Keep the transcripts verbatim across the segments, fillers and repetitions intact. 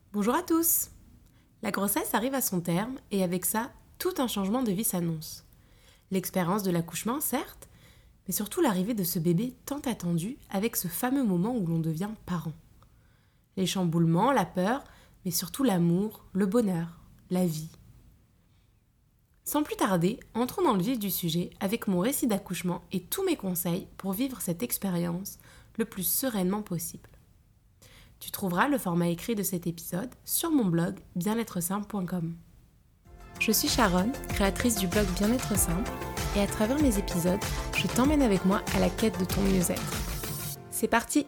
Bonjour à tous! La grossesse arrive à son terme et avec ça, tout un changement de vie s'annonce. L'expérience de l'accouchement, certes, mais surtout l'arrivée de ce bébé tant attendu avec ce fameux moment où l'on devient parent. Les chamboulements, la peur, mais surtout l'amour, le bonheur, la vie. Sans plus tarder, entrons dans le vif du sujet avec mon récit d'accouchement et tous mes conseils pour vivre cette expérience le plus sereinement possible. Tu trouveras le format écrit de cet épisode sur mon blog bien-être simple point com. Je suis Sharon, créatrice du blog Bien-être Simple, et à travers mes épisodes, je t'emmène avec moi à la quête de ton mieux-être. C'est parti!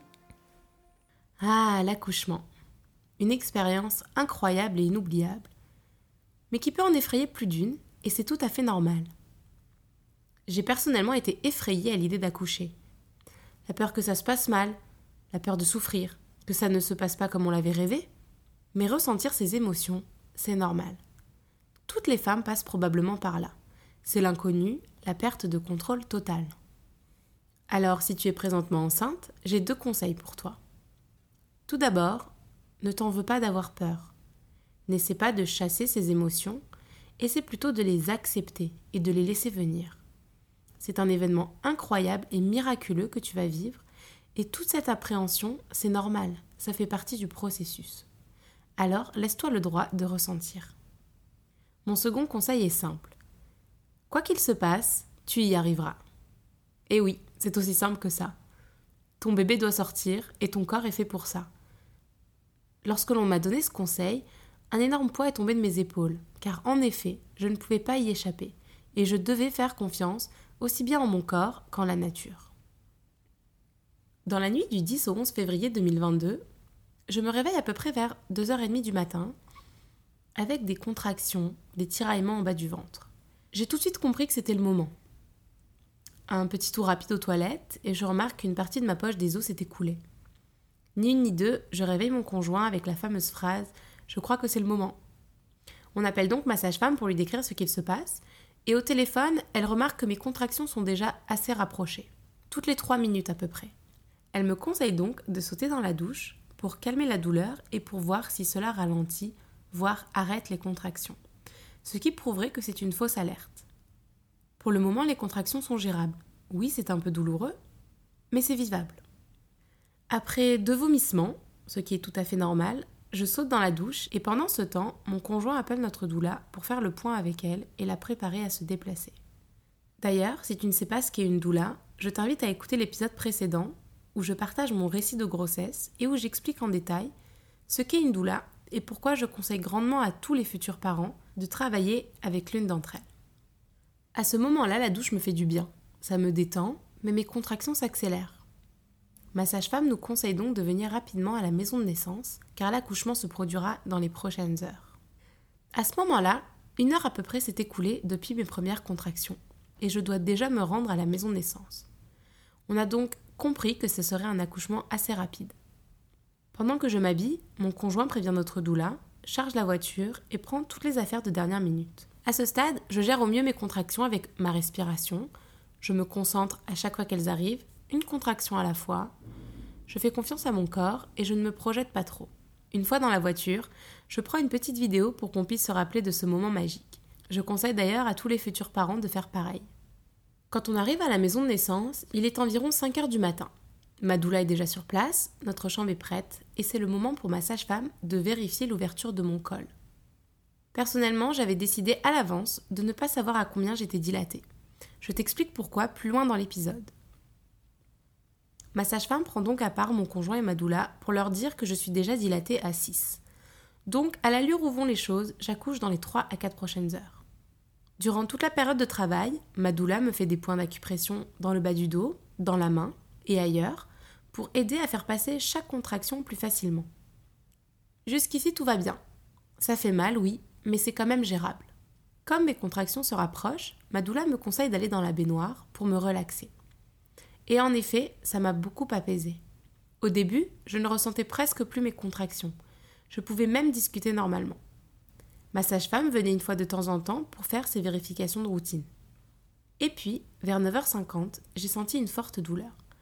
Ah, l'accouchement. Une expérience incroyable et inoubliable, mais qui peut en effrayer plus d'une, et c'est tout à fait normal. J'ai personnellement été effrayée à l'idée d'accoucher. La peur que ça se passe mal, la peur de souffrir, que ça ne se passe pas comme on l'avait rêvé. Mais ressentir ces émotions, c'est normal. Toutes les femmes passent probablement par là. C'est l'inconnu, la perte de contrôle totale. Alors, si tu es présentement enceinte, j'ai deux conseils pour toi. Tout d'abord, ne t'en veux pas d'avoir peur. N'essaie pas de chasser ces émotions, essaie plutôt de les accepter et de les laisser venir. C'est un événement incroyable et miraculeux que tu vas vivre, et toute cette appréhension, c'est normal, ça fait partie du processus. Alors, laisse-toi le droit de ressentir. Mon second conseil est simple. Quoi qu'il se passe, tu y arriveras. Et oui, c'est aussi simple que ça. Ton bébé doit sortir et ton corps est fait pour ça. Lorsque l'on m'a donné ce conseil, un énorme poids est tombé de mes épaules, car en effet, je ne pouvais pas y échapper, et je devais faire confiance aussi bien en mon corps qu'en la nature. Dans la nuit du dix au onze février deux mille vingt-deux, je me réveille à peu près vers deux heures trente du matin, avec des contractions, des tiraillements en bas du ventre. J'ai tout de suite compris que c'était le moment. Un petit tour rapide aux toilettes, et je remarque qu'une partie de ma poche des os s'est écoulée. Ni une ni deux, je réveille mon conjoint avec la fameuse phrase « Je crois que c'est le moment ». On appelle donc ma sage-femme pour lui décrire ce qu'il se passe, et au téléphone, elle remarque que mes contractions sont déjà assez rapprochées, toutes les trois minutes à peu près. Elle me conseille donc de sauter dans la douche pour calmer la douleur et pour voir si cela ralentit, voire arrête les contractions. Ce qui prouverait que c'est une fausse alerte. Pour le moment, les contractions sont gérables. Oui, c'est un peu douloureux, mais c'est vivable. Après deux vomissements, ce qui est tout à fait normal, je saute dans la douche et pendant ce temps, mon conjoint appelle notre doula pour faire le point avec elle et la préparer à se déplacer. D'ailleurs, si tu ne sais pas ce qu'est une doula, je t'invite à écouter l'épisode précédent où je partage mon récit de grossesse et où j'explique en détail ce qu'est une doula et pourquoi je conseille grandement à tous les futurs parents de travailler avec l'une d'entre elles. À ce moment-là, la douche me fait du bien. Ça me détend, mais mes contractions s'accélèrent. Ma sage-femme nous conseille donc de venir rapidement à la maison de naissance, car l'accouchement se produira dans les prochaines heures. À ce moment-là, une heure à peu près s'est écoulée depuis mes premières contractions, et je dois déjà me rendre à la maison de naissance. On a donc compris que ce serait un accouchement assez rapide. Pendant que je m'habille, mon conjoint prévient notre doula, charge la voiture et prend toutes les affaires de dernière minute. À ce stade, je gère au mieux mes contractions avec ma respiration, je me concentre à chaque fois qu'elles arrivent, une contraction à la fois, je fais confiance à mon corps et je ne me projette pas trop. Une fois dans la voiture, je prends une petite vidéo pour qu'on puisse se rappeler de ce moment magique. Je conseille d'ailleurs à tous les futurs parents de faire pareil. Quand on arrive à la maison de naissance, il est environ cinq heures du matin. Ma doula est déjà sur place, notre chambre est prête, et c'est le moment pour ma sage-femme de vérifier l'ouverture de mon col. Personnellement, j'avais décidé à l'avance de ne pas savoir à combien j'étais dilatée. Je t'explique pourquoi plus loin dans l'épisode. Ma sage-femme prend donc à part mon conjoint et ma doula pour leur dire que je suis déjà dilatée à six. Donc, à l'allure où vont les choses, j'accouche dans les trois à quatre prochaines heures. Durant toute la période de travail, ma doula me fait des points d'acupression dans le bas du dos, dans la main et ailleurs pour aider à faire passer chaque contraction plus facilement. Jusqu'ici, tout va bien. Ça fait mal, oui, mais c'est quand même gérable. Comme mes contractions se rapprochent, ma doula me conseille d'aller dans la baignoire pour me relaxer. Et en effet, ça m'a beaucoup apaisée. Au début, je ne ressentais presque plus mes contractions. Je pouvais même discuter normalement. Ma sage-femme venait une fois de temps en temps pour faire ses vérifications de routine. Et puis, vers neuf heures cinquante, j'ai senti une forte douleur.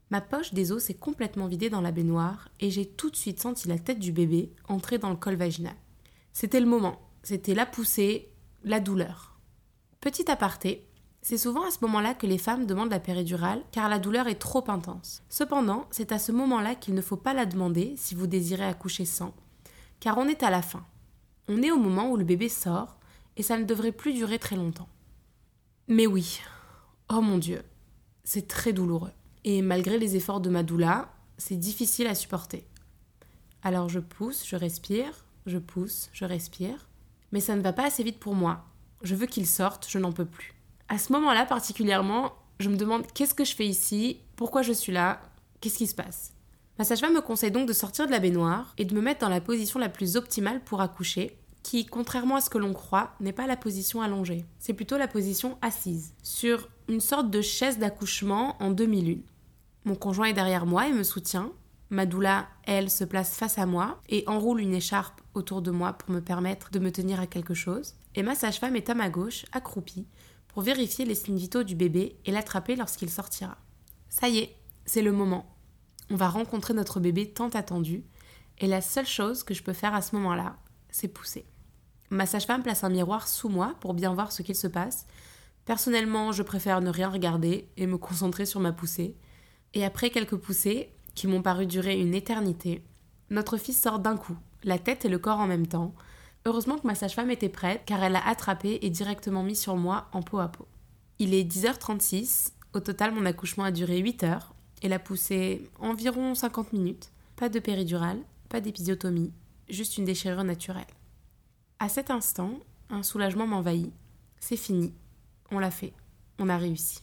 Ma poche des os s'est complètement vidée dans la baignoire et j'ai tout de suite senti la tête du bébé entrer dans le col vaginal. C'était le moment, c'était la poussée, la douleur. Petit aparté, c'est souvent à ce moment-là que les femmes demandent la péridurale car la douleur est trop intense. Cependant, c'est à ce moment-là qu'il ne faut pas la demander si vous désirez accoucher sans, car on est à la fin. On est au moment où le bébé sort et ça ne devrait plus durer très longtemps. Mais oui, oh mon Dieu, c'est très douloureux. Et malgré les efforts de ma doula, c'est difficile à supporter. Alors je pousse, je respire, je pousse, je respire, mais ça ne va pas assez vite pour moi. Je veux qu'il sorte, je n'en peux plus. À ce moment-là particulièrement, je me demande qu'est-ce que je fais ici, pourquoi je suis là, qu'est-ce qui se passe. Ma sage-femme me conseille donc de sortir de la baignoire et de me mettre dans la position la plus optimale pour accoucher, qui, contrairement à ce que l'on croit, n'est pas la position allongée. C'est plutôt la position assise, sur une sorte de chaise d'accouchement en demi-lune. Mon conjoint est derrière moi et me soutient. Ma doula, elle, se place face à moi et enroule une écharpe autour de moi pour me permettre de me tenir à quelque chose. Et ma sage-femme est à ma gauche, accroupie, pour vérifier les signes vitaux du bébé et l'attraper lorsqu'il sortira. Ça y est, c'est le moment. On va rencontrer notre bébé tant attendu et la seule chose que je peux faire à ce moment-là, c'est pousser. Ma sage-femme place un miroir sous moi pour bien voir ce qu'il se passe. Personnellement, je préfère ne rien regarder et me concentrer sur ma poussée. Et après quelques poussées, qui m'ont paru durer une éternité, notre fils sort d'un coup, la tête et le corps en même temps. Heureusement que ma sage-femme était prête, car elle l'a attrapé et directement mis sur moi en peau à peau. Il est dix heures trente-six, au total mon accouchement a duré huit heures, et la poussée environ cinquante minutes. Pas de péridurale, pas d'épisiotomie, juste une déchirure naturelle. À cet instant, un soulagement m'envahit. C'est fini, on l'a fait, on a réussi.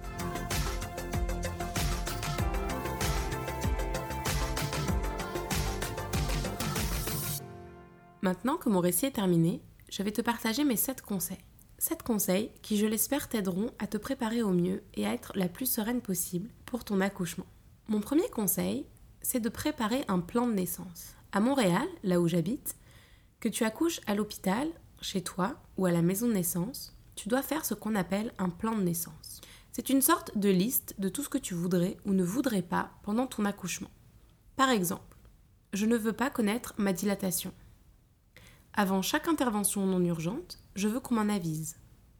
Maintenant que mon récit est terminé, je vais te partager mes sept conseils. sept conseils qui, je l'espère, t'aideront à te préparer au mieux et à être la plus sereine possible pour ton accouchement. Mon premier conseil, c'est de préparer un plan de naissance. À Montréal, là où j'habite, que tu accouches à l'hôpital, chez toi ou à la maison de naissance, tu dois faire ce qu'on appelle un plan de naissance. C'est une sorte de liste de tout ce que tu voudrais ou ne voudrais pas pendant ton accouchement. Par exemple, je ne veux pas connaître ma dilatation. Avant chaque intervention non urgente, je veux qu'on m'en avise.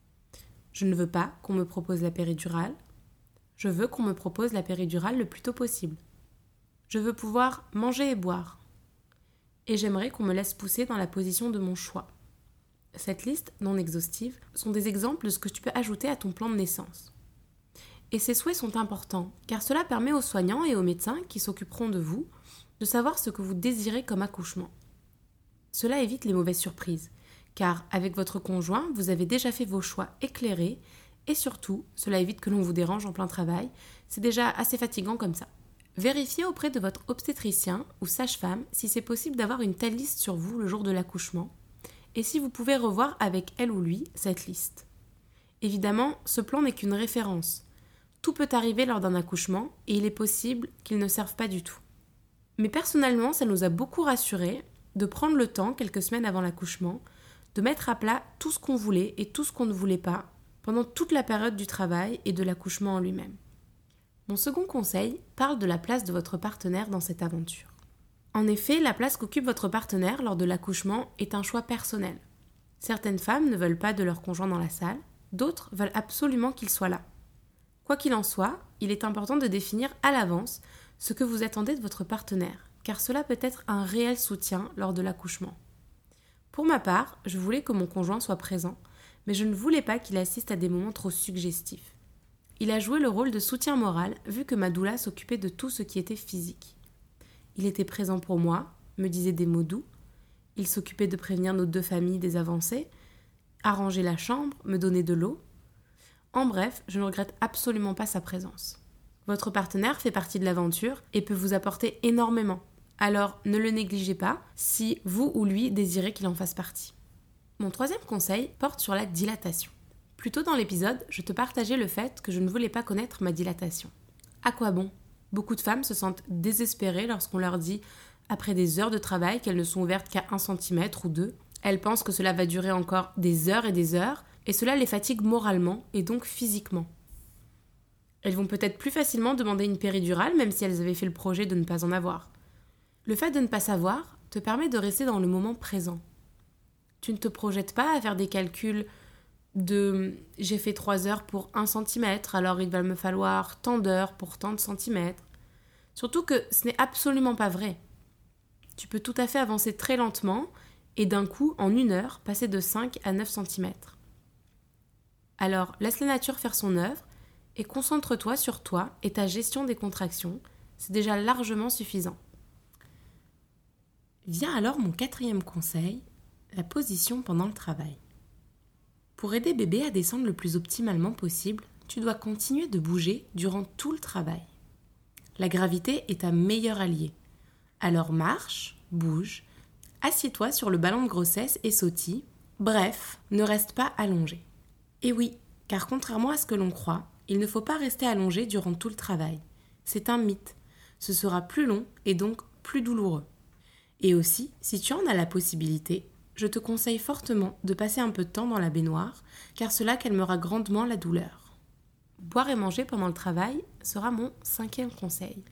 Je ne veux pas qu'on me propose la péridurale. Je veux qu'on me propose la péridurale le plus tôt possible. Je veux pouvoir manger et boire. Et j'aimerais qu'on me laisse pousser dans la position de mon choix. Cette liste, non exhaustive, sont des exemples de ce que tu peux ajouter à ton plan de naissance. Et ces souhaits sont importants, car cela permet aux soignants et aux médecins qui s'occuperont de vous de savoir ce que vous désirez comme accouchement. Cela évite les mauvaises surprises, car avec votre conjoint, vous avez déjà fait vos choix éclairés et surtout, cela évite que l'on vous dérange en plein travail, c'est déjà assez fatigant comme ça. Vérifiez auprès de votre obstétricien ou sage-femme si c'est possible d'avoir une telle liste sur vous le jour de l'accouchement et si vous pouvez revoir avec elle ou lui cette liste. Évidemment, ce plan n'est qu'une référence. Tout peut arriver lors d'un accouchement et il est possible qu'il ne serve pas du tout. Mais personnellement, ça nous a beaucoup rassurés de prendre le temps, quelques semaines avant l'accouchement, de mettre à plat tout ce qu'on voulait et tout ce qu'on ne voulait pas pendant toute la période du travail et de l'accouchement en lui-même. Mon second conseil parle de la place de votre partenaire dans cette aventure. En effet, la place qu'occupe votre partenaire lors de l'accouchement est un choix personnel. Certaines femmes ne veulent pas de leur conjoint dans la salle, d'autres veulent absolument qu'il soit là. Quoi qu'il en soit, il est important de définir à l'avance ce que vous attendez de votre partenaire, car cela peut être un réel soutien lors de l'accouchement. Pour ma part, je voulais que mon conjoint soit présent, mais je ne voulais pas qu'il assiste à des moments trop suggestifs. Il a joué le rôle de soutien moral, vu que ma doula s'occupait de tout ce qui était physique. Il était présent pour moi, me disait des mots doux, il s'occupait de prévenir nos deux familles des avancées, arranger la chambre, me donner de l'eau. En bref, je ne regrette absolument pas sa présence. Votre partenaire fait partie de l'aventure et peut vous apporter énormément. Alors ne le négligez pas si vous ou lui désirez qu'il en fasse partie. Mon troisième conseil porte sur la dilatation. Plus tôt dans l'épisode, je te partageais le fait que je ne voulais pas connaître ma dilatation. À quoi bon ? Beaucoup de femmes se sentent désespérées lorsqu'on leur dit, après des heures de travail, qu'elles ne sont ouvertes qu'à un centimètre ou deux. Elles pensent que cela va durer encore des heures et des heures, et cela les fatigue moralement et donc physiquement. Elles vont peut-être plus facilement demander une péridurale même si elles avaient fait le projet de ne pas en avoir. Le fait de ne pas savoir te permet de rester dans le moment présent. Tu ne te projettes pas à faire des calculs de « j'ai fait trois heures pour un centimètre, alors il va me falloir tant d'heures pour tant de centimètres ». Surtout que ce n'est absolument pas vrai. Tu peux tout à fait avancer très lentement et d'un coup, en une heure, passer de cinq à neuf centimètres. Alors, laisse la nature faire son œuvre et concentre-toi sur toi et ta gestion des contractions. C'est déjà largement suffisant. Vient alors mon quatrième conseil, la position pendant le travail. Pour aider bébé à descendre le plus optimalement possible, tu dois continuer de bouger durant tout le travail. La gravité est ta meilleure alliée. Alors marche, bouge, assieds-toi sur le ballon de grossesse et sautille. Bref, ne reste pas allongé. Et oui, car contrairement à ce que l'on croit, il ne faut pas rester allongé durant tout le travail. C'est un mythe. Ce sera plus long et donc plus douloureux. Et aussi, si tu en as la possibilité, je te conseille fortement de passer un peu de temps dans la baignoire, car cela calmera grandement la douleur. Boire et manger pendant le travail sera mon cinquième conseil.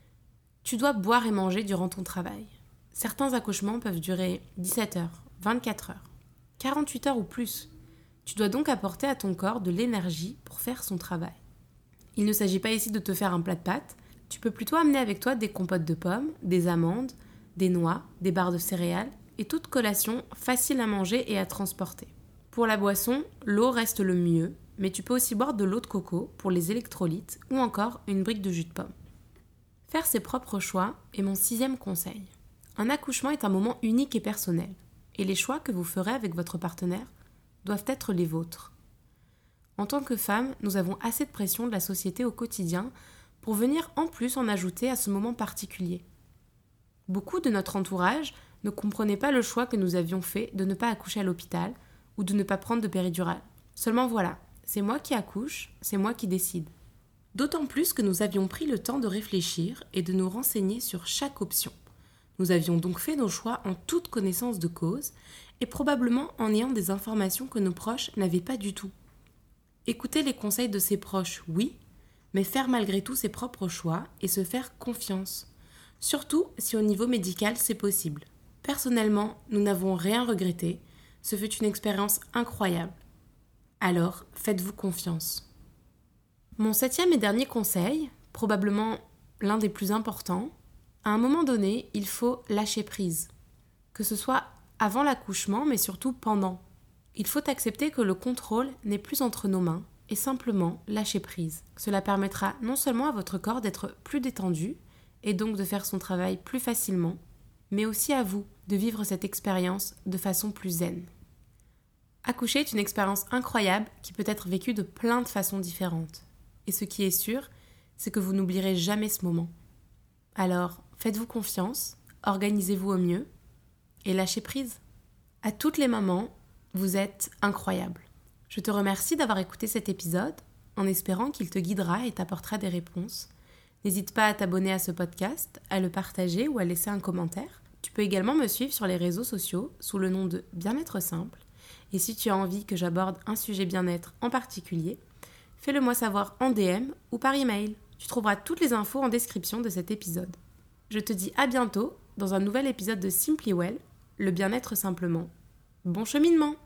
Tu dois boire et manger durant ton travail. Certains accouchements peuvent durer dix-sept heures, vingt-quatre heures, quarante-huit heures ou plus. Tu dois donc apporter à ton corps de l'énergie pour faire son travail. Il ne s'agit pas ici de te faire un plat de pâtes, tu peux plutôt amener avec toi des compotes de pommes, des amandes, des noix, des barres de céréales et toute collation facile à manger et à transporter. Pour la boisson, l'eau reste le mieux, mais tu peux aussi boire de l'eau de coco pour les électrolytes ou encore une brique de jus de pomme. Faire ses propres choix est mon sixième conseil. Un accouchement est un moment unique et personnel, et les choix que vous ferez avec votre partenaire doivent être les vôtres. En tant que femme, nous avons assez de pression de la société au quotidien pour venir en plus en ajouter à ce moment particulier. Beaucoup de notre entourage ne comprenaient pas le choix que nous avions fait de ne pas accoucher à l'hôpital ou de ne pas prendre de péridurale. Seulement voilà, c'est moi qui accouche, c'est moi qui décide. D'autant plus que nous avions pris le temps de réfléchir et de nous renseigner sur chaque option. Nous avions donc fait nos choix en toute connaissance de cause et probablement en ayant des informations que nos proches n'avaient pas du tout. Écouter les conseils de ses proches, oui, mais faire malgré tout ses propres choix et se faire confiance. Surtout si au niveau médical c'est possible. Personnellement, nous n'avons rien regretté. Ce fut une expérience incroyable. Alors, faites-vous confiance. Mon septième et dernier conseil, probablement l'un des plus importants, à un moment donné, il faut lâcher prise. Que ce soit avant l'accouchement, mais surtout pendant. Il faut accepter que le contrôle n'est plus entre nos mains et simplement lâcher prise. Cela permettra non seulement à votre corps d'être plus détendu et donc de faire son travail plus facilement, mais aussi à vous de vivre cette expérience de façon plus zen. Accoucher est une expérience incroyable qui peut être vécue de plein de façons différentes. Et ce qui est sûr, c'est que vous n'oublierez jamais ce moment. Alors, faites-vous confiance, organisez-vous au mieux et lâchez prise. À toutes les mamans, vous êtes incroyables. Je te remercie d'avoir écouté cet épisode, en espérant qu'il te guidera et t'apportera des réponses. N'hésite pas à t'abonner à ce podcast, à le partager ou à laisser un commentaire. Tu peux également me suivre sur les réseaux sociaux sous le nom de Bien-être Simple. Et si tu as envie que j'aborde un sujet bien-être en particulier, fais-le moi savoir en D M ou par email. Tu trouveras toutes les infos en description de cet épisode. Je te dis à bientôt dans un nouvel épisode de Simply Well, le bien-être simplement. Bon cheminement!